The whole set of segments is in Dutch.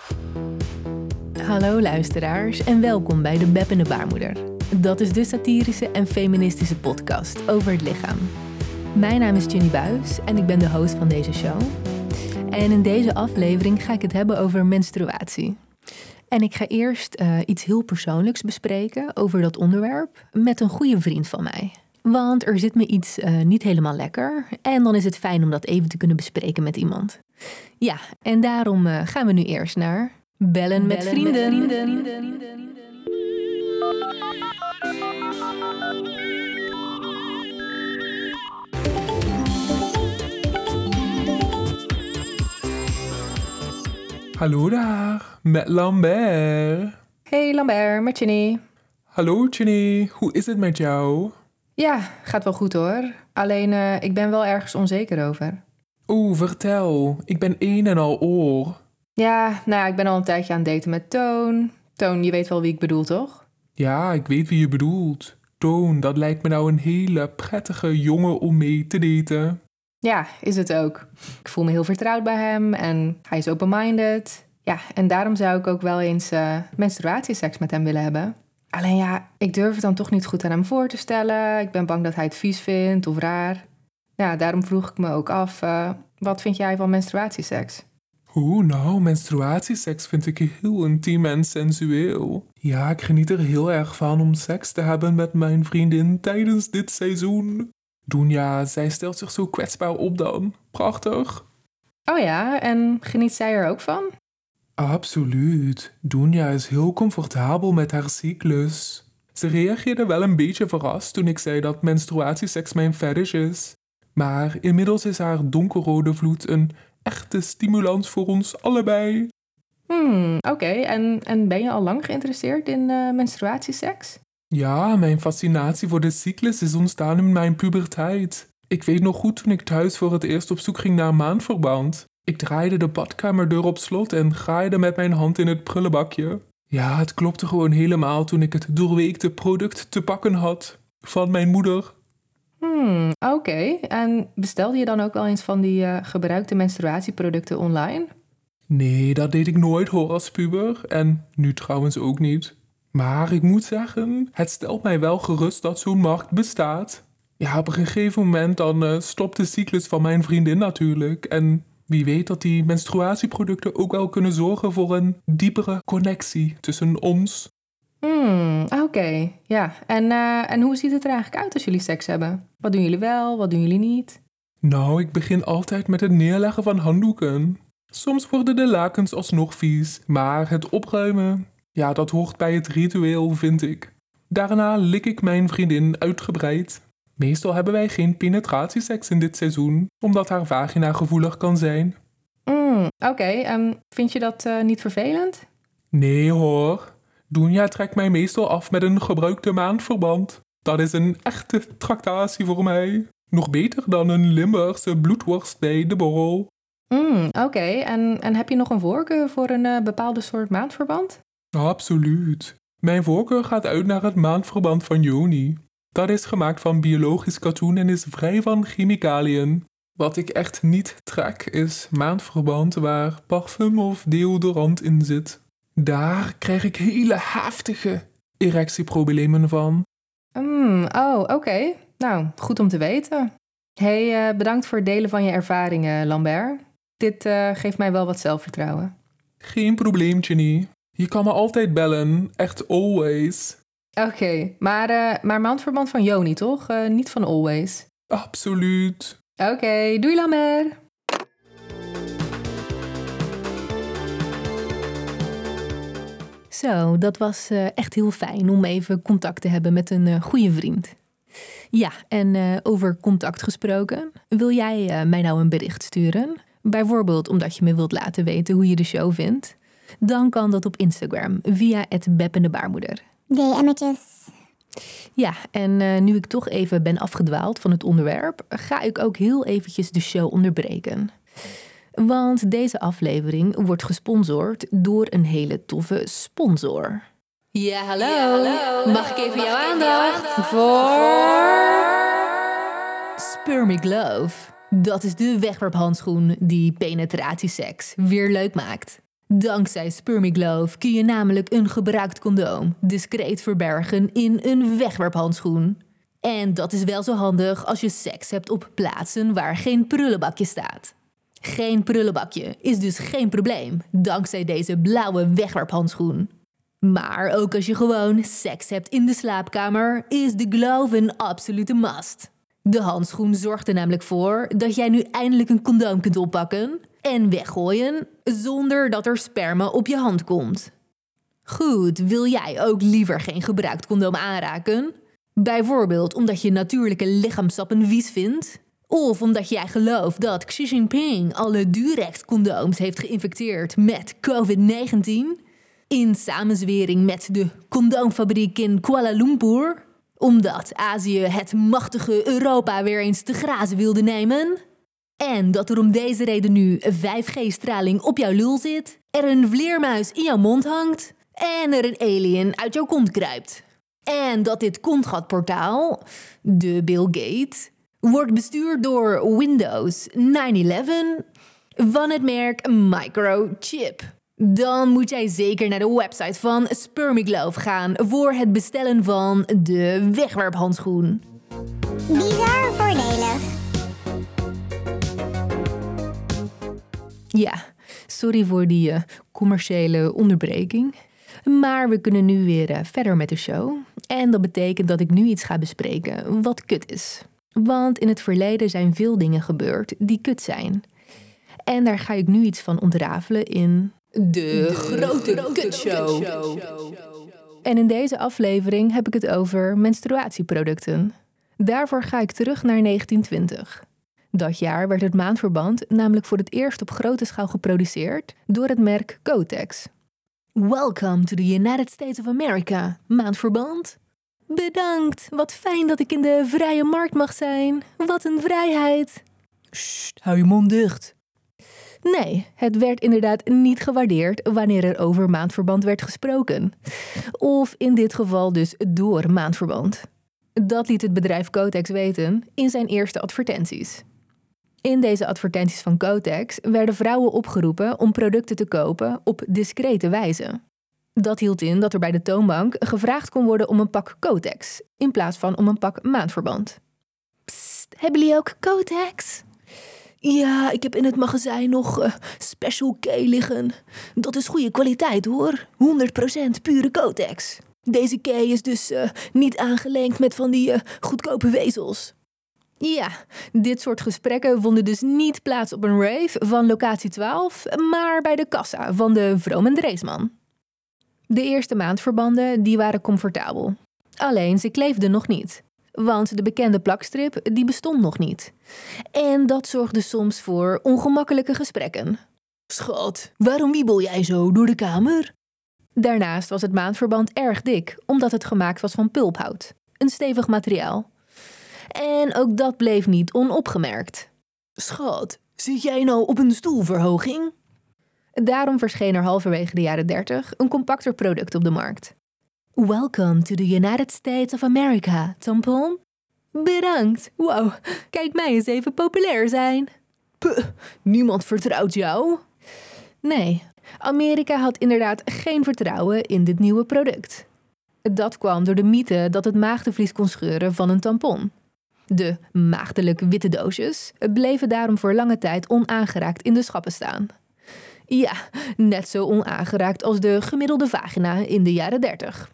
Hallo luisteraars en welkom bij De Beppende Baarmoeder. Dat is de satirische en feministische podcast over het lichaam. Mijn naam is Jenny Buis en ik ben de host van deze show. En in deze aflevering ga ik het hebben over menstruatie. En ik ga eerst iets heel persoonlijks bespreken over dat onderwerp met een goede vriend van mij. Want er zit me iets niet helemaal lekker en dan is het fijn om dat even te kunnen bespreken met iemand. Ja, en daarom gaan we nu eerst naar Bellen met vrienden. Hallo daar, met Lambert. Hey Lambert, met Jenny. Hallo Jenny, hoe is het met jou? Ja, gaat wel goed hoor. Alleen ik ben wel ergens onzeker over. Oeh, vertel. Ik ben een en al oor. Ja, ik ben al een tijdje aan het daten met Toon. Toon, je weet wel wie ik bedoel, toch? Ja, ik weet wie je bedoelt. Toon, dat lijkt me nou een hele prettige jongen om mee te daten. Ja, is het ook. Ik voel me heel vertrouwd bij hem en hij is open-minded. Ja, en daarom zou ik ook wel eens menstruatieseks met hem willen hebben. Alleen ja, ik durf het dan toch niet goed aan hem voor te stellen. Ik ben bang dat hij het vies vindt of raar. Ja, daarom vroeg ik me ook af, wat vind jij van menstruatieseks? Nou, menstruatieseks vind ik heel intiem en sensueel. Ja, ik geniet er heel erg van om seks te hebben met mijn vriendin tijdens dit seizoen. Doenja, zij stelt zich zo kwetsbaar op dan. Prachtig. Oh ja, en geniet zij er ook van? Absoluut. Doenja is heel comfortabel met haar cyclus. Ze reageerde wel een beetje verrast toen ik zei dat menstruatieseks mijn fetish is. Maar inmiddels is haar donkerrode vloed een echte stimulans voor ons allebei. Oké. En ben je al lang geïnteresseerd in menstruatieseks? Ja, mijn fascinatie voor de cyclus is ontstaan in mijn puberteit. Ik weet nog goed toen ik thuis voor het eerst op zoek ging naar maandverband. Ik draaide de badkamerdeur op slot en graaide met mijn hand in het prullenbakje. Ja, het klopte gewoon helemaal toen ik het doorweekte product te pakken had. Van mijn moeder. Oké. En bestelde je dan ook wel eens van die gebruikte menstruatieproducten online? Nee, dat deed ik nooit hoor als puber. En nu trouwens ook niet. Maar ik moet zeggen, het stelt mij wel gerust dat zo'n markt bestaat. Ja, op een gegeven moment dan stopt de cyclus van mijn vriendin natuurlijk. En wie weet dat die menstruatieproducten ook wel kunnen zorgen voor een diepere connectie tussen ons. Oké. Ja. En hoe ziet het er eigenlijk uit als jullie seks hebben? Wat doen jullie wel, wat doen jullie niet? Nou, ik begin altijd met het neerleggen van handdoeken. Soms worden de lakens alsnog vies, maar het opruimen, ja, dat hoort bij het ritueel, vind ik. Daarna lik ik mijn vriendin uitgebreid. Meestal hebben wij geen penetratieseks in dit seizoen, omdat haar vagina gevoelig kan zijn. Oké. En vind je dat niet vervelend? Nee hoor, Doenja trekt mij meestal af met een gebruikte maandverband. Dat is een echte tractatie voor mij. Nog beter dan een Limburgse bloedworst bij de borrel. Oké. En heb je nog een voorkeur voor een bepaalde soort maandverband? Absoluut. Mijn voorkeur gaat uit naar het maandverband van Joni. Dat is gemaakt van biologisch katoen en is vrij van chemicaliën. Wat ik echt niet trek is maandverband waar parfum of deodorant in zit. Daar krijg ik hele heftige erectieproblemen van. Oké. Nou, goed om te weten. Hey, bedankt voor het delen van je ervaringen, Lambert. Dit geeft mij wel wat zelfvertrouwen. Geen probleem, Jenny. Je kan me altijd bellen. Echt always. Oké, maar maandverband van Joni, toch? Niet van Always. Absoluut. Oké, doei Lambert. Zo, dat was echt heel fijn om even contact te hebben met een goede vriend. Ja, en over contact gesproken. Wil jij mij nou een bericht sturen? Bijvoorbeeld omdat je me wilt laten weten hoe je de show vindt. Dan kan dat op Instagram via @beppendebaarmoeder. DM'tjes. Ja, en nu ik toch even ben afgedwaald van het onderwerp, ga ik ook heel eventjes de show onderbreken. Want deze aflevering wordt gesponsord door een hele toffe sponsor. Ja, hallo. Mag ik even jouw aandacht voor Spermy Glove. Dat is de wegwerphandschoen die penetratieseks weer leuk maakt. Dankzij Spermiglow kun je namelijk een gebruikt condoom discreet verbergen in een wegwerphandschoen. En dat is wel zo handig als je seks hebt op plaatsen waar geen prullenbakje staat. Geen prullenbakje is dus geen probleem, dankzij deze blauwe wegwerphandschoen. Maar ook als je gewoon seks hebt in de slaapkamer, is de glove een absolute must. De handschoen zorgt er namelijk voor dat jij nu eindelijk een condoom kunt oppakken en weggooien zonder dat er sperma op je hand komt. Goed, wil jij ook liever geen gebruikt condoom aanraken? Bijvoorbeeld omdat je natuurlijke lichaamsappen vies vindt? Of omdat jij gelooft dat Xi Jinping alle Durex-condooms heeft geïnfecteerd met COVID-19? In samenzwering met de condoomfabriek in Kuala Lumpur? Omdat Azië het machtige Europa weer eens te grazen wilde nemen? En dat er om deze reden nu 5G-straling op jouw lul zit? Er een vleermuis in jouw mond hangt? En er een alien uit jouw kont kruipt? En dat dit kontgatportaal, de Bill Gates, wordt bestuurd door Windows 911 van het merk Microchip. Dan moet jij zeker naar de website van Spermiglow gaan voor het bestellen van de wegwerphandschoen. Bizar voordelig. Ja, sorry voor die commerciële onderbreking. Maar we kunnen nu weer verder met de show. En dat betekent dat ik nu iets ga bespreken wat kut is. Want in het verleden zijn veel dingen gebeurd die kut zijn. En daar ga ik nu iets van ontrafelen in de grote kutshow. En in deze aflevering heb ik het over menstruatieproducten. Daarvoor ga ik terug naar 1920. Dat jaar werd het maandverband namelijk voor het eerst op grote schaal geproduceerd door het merk Kotex. Welcome to the United States of America, maandverband. Bedankt, wat fijn dat ik in de vrije markt mag zijn. Wat een vrijheid. Sst, hou je mond dicht. Nee, het werd inderdaad niet gewaardeerd wanneer er over maandverband werd gesproken. Of in dit geval dus door maandverband. Dat liet het bedrijf Kotex weten in zijn eerste advertenties. In deze advertenties van Kotex werden vrouwen opgeroepen om producten te kopen op discrete wijze. Dat hield in dat er bij de toonbank gevraagd kon worden om een pak Kotex, in plaats van om een pak maandverband. Psst, hebben jullie ook Kotex? Ja, ik heb in het magazijn nog Special K liggen. Dat is goede kwaliteit hoor, 100% pure Kotex. Deze K is dus niet aangelengd met van die goedkope vezels. Ja, dit soort gesprekken vonden dus niet plaats op een rave van locatie 12, maar bij de kassa van de Vroom en Dreesman. De eerste maandverbanden die waren comfortabel. Alleen ze kleefden nog niet. Want de bekende plakstrip die bestond nog niet. En dat zorgde soms voor ongemakkelijke gesprekken. Schat, waarom wiebel jij zo door de kamer? Daarnaast was het maandverband erg dik, omdat het gemaakt was van pulphout. Een stevig materiaal. En ook dat bleef niet onopgemerkt. Schat, zit jij nou op een stoelverhoging? Daarom verscheen er halverwege de jaren 30 een compacter product op de markt. Welcome to the United States of America, tampon. Bedankt. Wow, kijk mij eens even populair zijn. Puh, niemand vertrouwt jou. Nee, Amerika had inderdaad geen vertrouwen in dit nieuwe product. Dat kwam door de mythe dat het maagdenvlies kon scheuren van een tampon. De maagdelijk witte doosjes bleven daarom voor lange tijd onaangeraakt in de schappen staan. Ja, net zo onaangeraakt als de gemiddelde vagina in de jaren 30.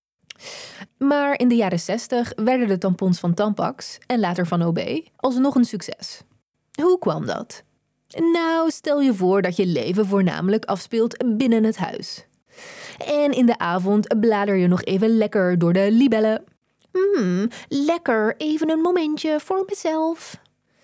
Maar in de jaren 60 werden de tampons van Tampax en later van OB alsnog een succes. Hoe kwam dat? Nou, stel je voor dat je leven voornamelijk afspeelt binnen het huis. En in de avond blader je nog even lekker door de libellen. Lekker, even een momentje voor mezelf.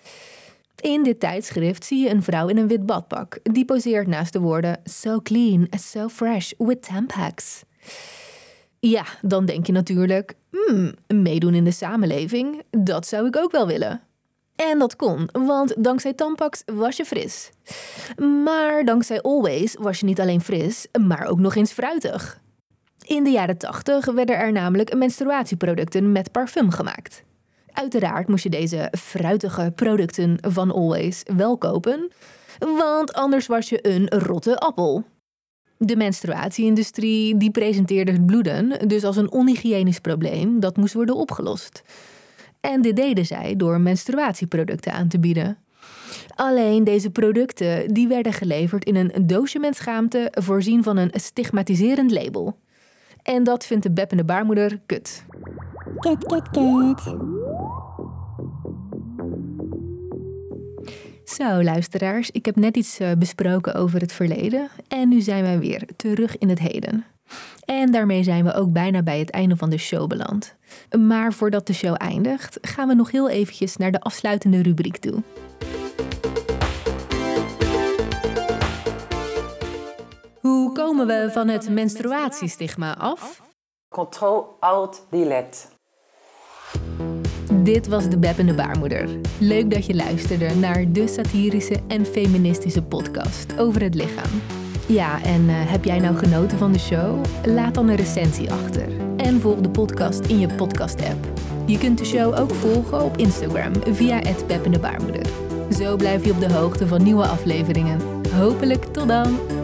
In dit tijdschrift zie je een vrouw in een wit badpak. Die poseert naast de woorden so clean, so fresh with Tampax. Ja, dan denk je natuurlijk, meedoen in de samenleving, dat zou ik ook wel willen. En dat kon, want dankzij Tampax was je fris. Maar dankzij Always was je niet alleen fris, maar ook nog eens fruitig. In de jaren 80 werden er namelijk menstruatieproducten met parfum gemaakt. Uiteraard moest je deze fruitige producten van Always wel kopen, want anders was je een rotte appel. De menstruatieindustrie die presenteerde het bloeden dus als een onhygiënisch probleem dat moest worden opgelost. En dit deden zij door menstruatieproducten aan te bieden. Alleen deze producten die werden geleverd in een doosje met schaamte voorzien van een stigmatiserend label. En dat vindt de beppende baarmoeder kut. Kut. Zo, luisteraars, ik heb net iets besproken over het verleden en nu zijn we weer terug in het heden. En daarmee zijn we ook bijna bij het einde van de show beland. Maar voordat de show eindigt, gaan we nog heel eventjes naar de afsluitende rubriek toe. Hoe komen we van het menstruatiestigma af? Ctrl-Alt-Delete. Dit was de beppende baarmoeder. Leuk dat je luisterde naar de satirische en feministische podcast over het lichaam. Ja, en heb jij nou genoten van de show? Laat dan een recensie achter. En volg de podcast in je podcast-app. Je kunt de show ook volgen op Instagram via @beppendebaarmoeder. Zo blijf je op de hoogte van nieuwe afleveringen. Hopelijk tot dan!